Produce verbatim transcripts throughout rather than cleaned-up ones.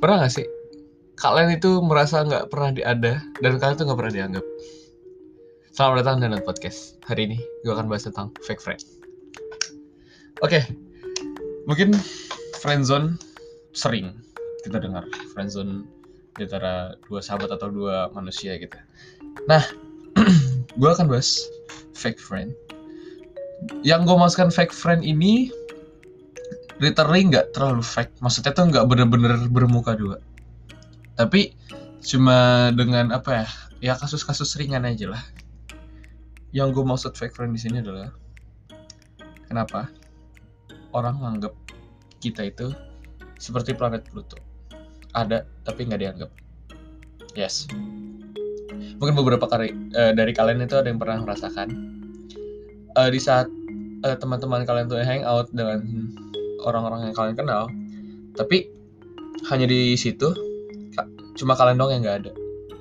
Pernah gak sih kalian itu merasa gak pernah diada dan kalian tuh gak pernah dianggap? Selamat datang di Danut Podcast. Hari ini gue akan bahas tentang fake friend. Oke, okay. Mungkin friendzone sering kita dengar. Friendzone di antara dua sahabat atau dua manusia gitu. Nah, gue akan bahas fake friend. Yang gue maksudkan fake friend ini literally gak terlalu fake. Maksudnya tuh gak bener-bener bermuka dua. Tapi cuma dengan apa ya? Ya kasus-kasus ringan aja lah. Yang gue maksud fake friend di sini adalah kenapa orang menganggap kita itu seperti planet Pluto, ada tapi nggak dianggap. Yes. Mungkin beberapa kali uh, dari kalian itu ada yang pernah merasakan uh, di saat uh, teman-teman kalian tuh hangout dengan orang-orang yang kalian kenal, tapi hanya di situ cuma kalian doang yang nggak ada.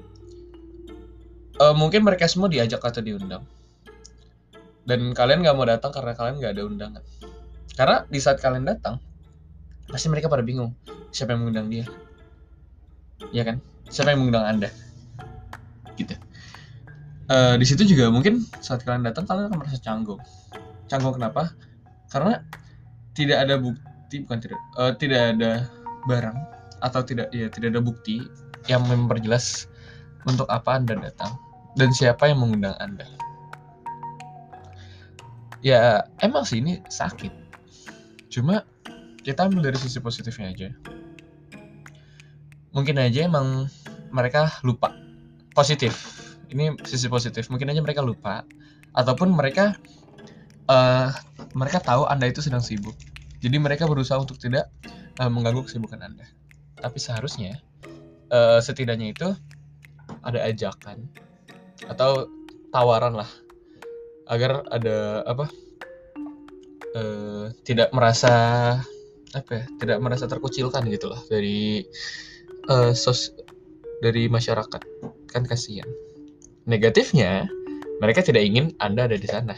Uh, mungkin mereka semua diajak atau diundang, dan kalian nggak mau datang karena kalian nggak ada undangan. Karena di saat kalian datang, pasti mereka pada bingung siapa yang mengundang dia, ya kan? Siapa yang mengundang Anda? Gitu. Uh, di situ juga mungkin saat kalian datang kalian akan merasa canggung. Canggung kenapa? Karena tidak ada bukti, bukan tidak, uh, tidak ada barang atau tidak, ya tidak ada bukti yang memperjelas untuk apa Anda datang dan siapa yang mengundang Anda. Ya emang sih ini sakit. Cuma kita ambil dari sisi positifnya aja. Mungkin aja emang mereka lupa. Positif. Ini sisi positif. Mungkin aja mereka lupa. Ataupun mereka uh, mereka tahu Anda itu sedang sibuk. Jadi mereka berusaha untuk tidak uh, mengganggu kesibukan Anda. Tapi seharusnya uh, setidaknya itu ada ajakan atau tawaran lah, agar ada apa uh, tidak merasa apa ya, tidak merasa terkucilkan gitulah dari uh, sos dari masyarakat, kan kasihan. Negatifnya mereka tidak ingin Anda ada di sana.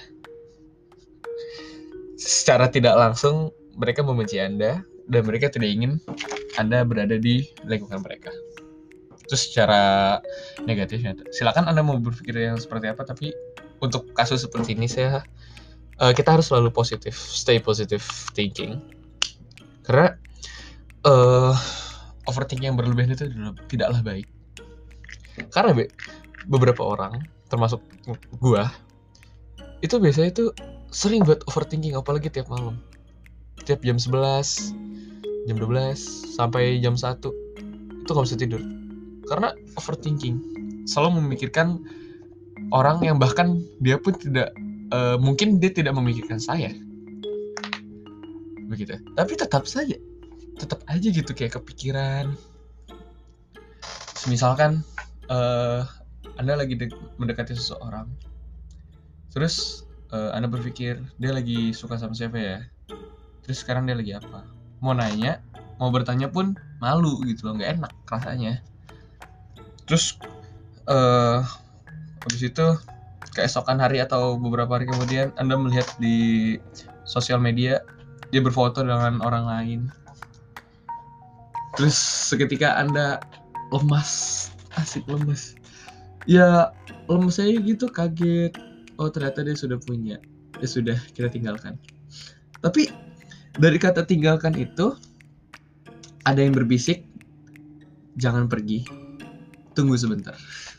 Secara tidak langsung mereka membenci Anda dan mereka tidak ingin Anda berada di lingkungan mereka. Itu secara negatifnya. Silakan Anda mau berpikir yang seperti apa, tapi untuk kasus seperti ini saya uh, kita harus selalu positif, stay positive thinking. Karena uh, overthinking yang berlebihan itu tidaklah baik. Karena be, beberapa orang, termasuk gua, itu biasanya itu sering buat overthinking, apalagi tiap malam. Tiap jam sebelas, jam dua belas, sampai jam satu itu gak bisa tidur. Karena overthinking, selalu memikirkan orang yang bahkan dia pun tidak, uh, mungkin dia tidak memikirkan saya. Begitu. Tapi tetap saja, tetap aja gitu kayak kepikiran. Misalkan uh, Anda lagi de- mendekati seseorang, terus uh, Anda berpikir dia lagi suka sama siapa ya? Terus sekarang dia lagi apa? Mau nanya, mau bertanya pun malu gitu loh, nggak enak rasanya. Terus uh, habis itu keesokan hari atau beberapa hari kemudian Anda melihat di sosial media dia berfoto dengan orang lain. Terus seketika Anda lemas, asik lemas. Ya lemes aja gitu, kaget. Oh ternyata dia sudah punya. Ya sudah, kita tinggalkan. Tapi dari kata tinggalkan itu ada yang berbisik, jangan pergi, tunggu sebentar.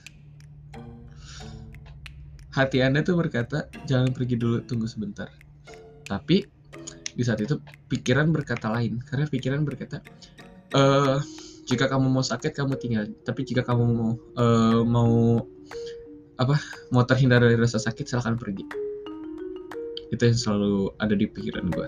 Hati Anda tuh berkata jangan pergi dulu, tunggu sebentar. Tapi di saat itu pikiran berkata lain. Karena pikiran berkata e, jika kamu mau sakit kamu tinggal. Tapi jika kamu mau uh, mau apa mau terhindar dari rasa sakit, silakan pergi. Itu yang selalu ada di pikiran gue.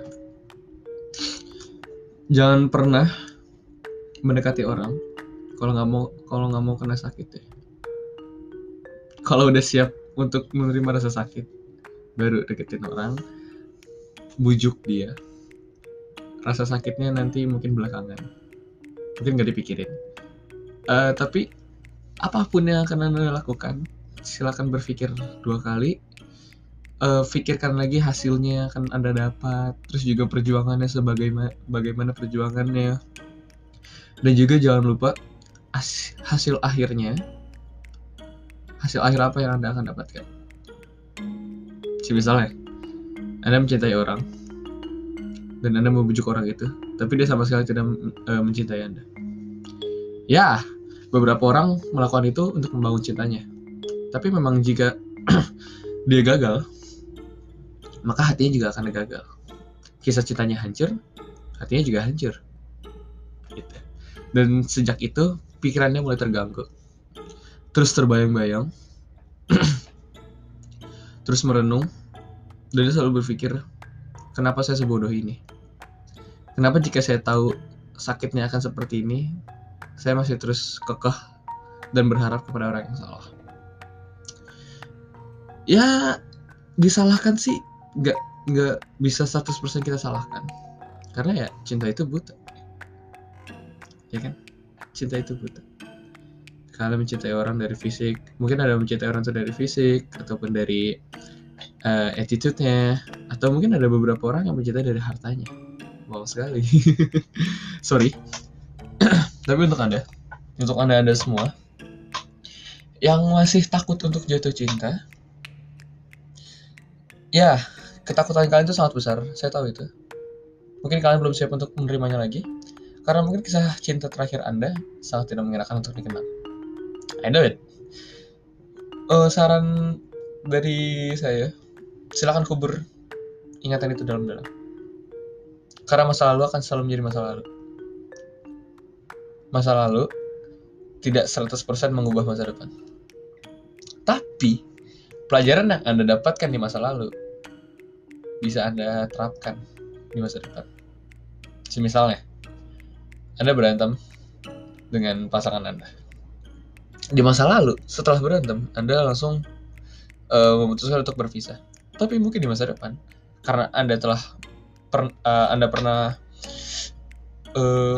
Jangan pernah mendekati orang kalau nggak mau kalau nggak mau kena sakit ya. Kalau udah siap untuk menerima rasa sakit, baru deketin orang, bujuk dia. Rasa sakitnya nanti mungkin belakangan, mungkin nggak dipikirin. Uh, tapi apapun yang akan Anda lakukan, silakan berpikir dua kali. Uh, pikirkan lagi hasilnya akan Anda dapat, terus juga perjuangannya sebagaimana bagaimana perjuangannya. Dan juga jangan lupa as- hasil akhirnya, hasil akhir apa yang Anda akan dapatkan. Misalnya Anda mencintai orang dan Anda membujuk orang itu, tapi dia sama sekali tidak uh, mencintai Anda. Ya, beberapa orang melakukan itu untuk membangun cintanya. Tapi memang jika dia gagal, maka hatinya juga akan gagal. Kisah cintanya hancur, hatinya juga hancur. Gitu. Dan sejak itu, pikirannya mulai terganggu. Terus terbayang-bayang. Terus merenung. Dan dia selalu berpikir, kenapa saya sebodoh ini? Kenapa jika saya tahu sakitnya akan seperti ini, saya masih terus kekeh dan berharap kepada orang yang salah? Ya, disalahkan sih gak, gak bisa seratus persen kita salahkan. Karena ya cinta itu buta. Ya kan? Cinta itu buta. Kalian mencintai orang dari fisik, mungkin ada mencintai orang itu dari fisik, ataupun dari uh, attitude-nya, atau mungkin ada beberapa orang yang mencintai dari hartanya. Wow sekali. Sorry. Tapi untuk Anda, untuk Anda-Anda semua yang masih takut untuk jatuh cinta, ya, ketakutan kalian itu sangat besar. Saya tahu itu. Mungkin kalian belum siap untuk menerimanya lagi, karena mungkin kisah cinta terakhir Anda sangat tidak mengenakan untuk dikenal. I know it. Uh, saran dari saya, silakan kubur ingatan itu dalam-dalam. Karena masa lalu akan selalu menjadi masa lalu. Masa lalu tidak seratus persen mengubah masa depan. Tapi, pelajaran yang Anda dapatkan di masa lalu bisa Anda terapkan di masa depan. Misalnya, Anda berantem dengan pasangan Anda. Di masa lalu, setelah berantem, Anda langsung uh, memutuskan untuk berpisah. Tapi mungkin di masa depan, karena Anda telah per, uh, Anda pernah uh,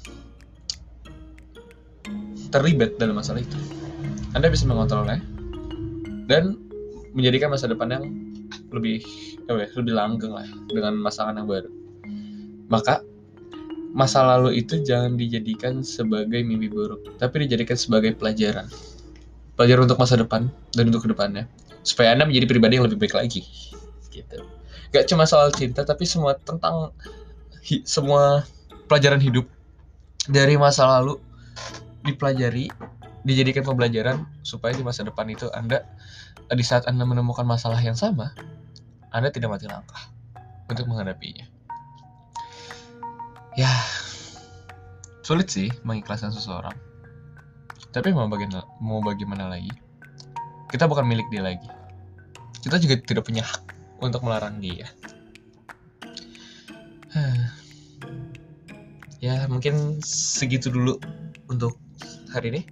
terlibat dalam masalah itu, Anda bisa mengontrolnya dan menjadikan masa depan yang lebih oh ya, lebih langgeng lah dengan pasangan yang baru. Maka masa lalu itu jangan dijadikan sebagai mimpi buruk, tapi dijadikan sebagai pelajaran. Pelajaran untuk masa depan dan untuk kedepannya, supaya Anda menjadi pribadi yang lebih baik lagi. Gitu. Gak cuma soal cinta, tapi semua tentang hi- semua pelajaran hidup dari masa lalu dipelajari, dijadikan pembelajaran supaya di masa depan itu Anda, di saat Anda menemukan masalah yang sama, Anda tidak mati langkah untuk menghadapinya. Ya, sulit sih mengikhlaskan seseorang. Tapi mau bagaimana, mau bagaimana lagi? Kita bukan milik dia lagi. Kita juga tidak punya hak untuk melarang dia. Ya, mungkin segitu dulu untuk hari ini.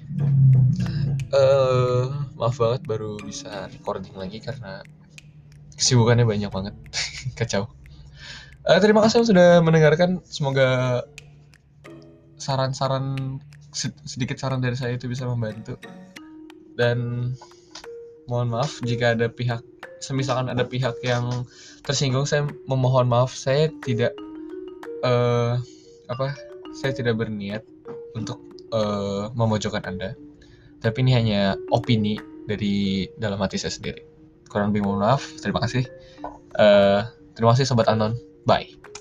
Uh, maaf banget baru bisa recording lagi karena kesibukannya banyak banget. Kacau. Uh, terima kasih sudah mendengarkan. Semoga saran-saran sedikit saran dari saya itu bisa membantu. Dan mohon maaf jika ada pihak, semisalkan ada pihak yang tersinggung, saya memohon maaf. Saya tidak uh, apa? Saya tidak berniat untuk uh, memojokkan Anda. Tapi ini hanya opini dari dalam hati saya sendiri. Kurang lebih mohon maaf. Terima kasih. Uh, terima kasih Sobat Anon. Bye.